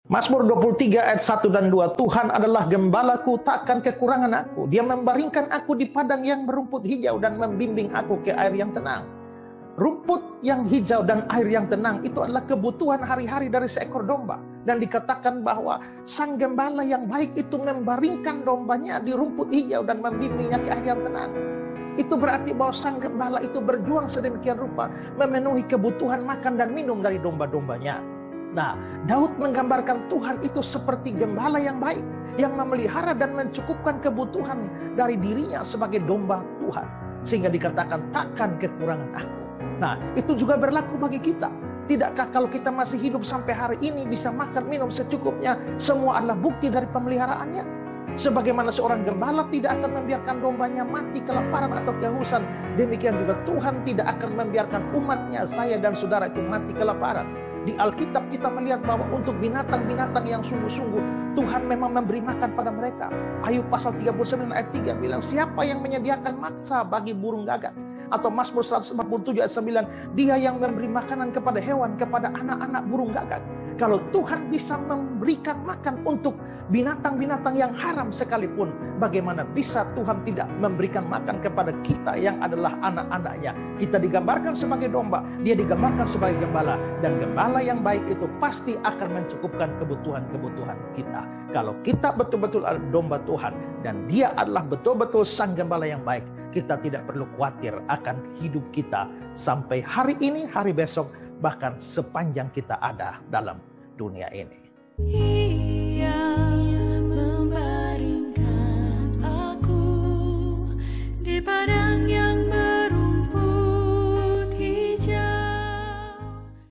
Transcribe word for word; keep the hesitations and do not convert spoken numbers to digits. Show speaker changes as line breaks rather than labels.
Mazmur dua puluh tiga ayat satu dan dua, Tuhan adalah gembalaku, takkan kekurangan aku. Dia membaringkan aku di padang yang berumput hijau dan membimbing aku ke air yang tenang. Rumput yang hijau dan air yang tenang itu adalah kebutuhan hari-hari dari seekor domba. Dan dikatakan bahwa sang gembala yang baik itu membaringkan dombanya di rumput hijau dan membimbingnya ke air yang tenang. Itu berarti bahwa sang gembala itu berjuang sedemikian rupa memenuhi kebutuhan makan dan minum dari domba-dombanya. Nah, Daud menggambarkan Tuhan itu seperti gembala yang baik, yang memelihara dan mencukupkan kebutuhan dari dirinya sebagai domba Tuhan. Sehingga dikatakan takkan kekurangan aku. Nah, itu juga berlaku bagi kita. Tidakkah kalau kita masih hidup sampai hari ini bisa makan minum secukupnya, semua adalah bukti dari pemeliharaannya? Sebagaimana seorang gembala tidak akan membiarkan dombanya mati kelaparan atau kehausan, demikian juga Tuhan tidak akan membiarkan umatnya, saya dan saudara itu mati kelaparan. Di Alkitab kita melihat bahwa untuk binatang-binatang yang sungguh-sungguh Tuhan memang memberi makan pada mereka. Ayub pasal tiga puluh sembilan ayat tiga bilang, siapa yang menyediakan maksa bagi burung gagak? Atau Mazmur seratus empat puluh tujuh ayat sembilan, dia yang memberi makanan kepada hewan, kepada anak-anak burung gagak. Kalau Tuhan bisa memberikan makan untuk binatang-binatang yang haram sekalipun, bagaimana bisa Tuhan tidak memberikan makan kepada kita yang adalah anak-anaknya? Kita digambarkan sebagai domba, dia digambarkan sebagai gembala. Dan gembala yang baik itu pasti akan mencukupkan kebutuhan-kebutuhan kita. Kalau kita betul-betul adalah domba Tuhan dan dia adalah betul-betul sang gembala yang baik, kita tidak perlu khawatir akan hidup kita sampai hari ini, hari besok, bahkan sepanjang kita ada dalam dunia ini.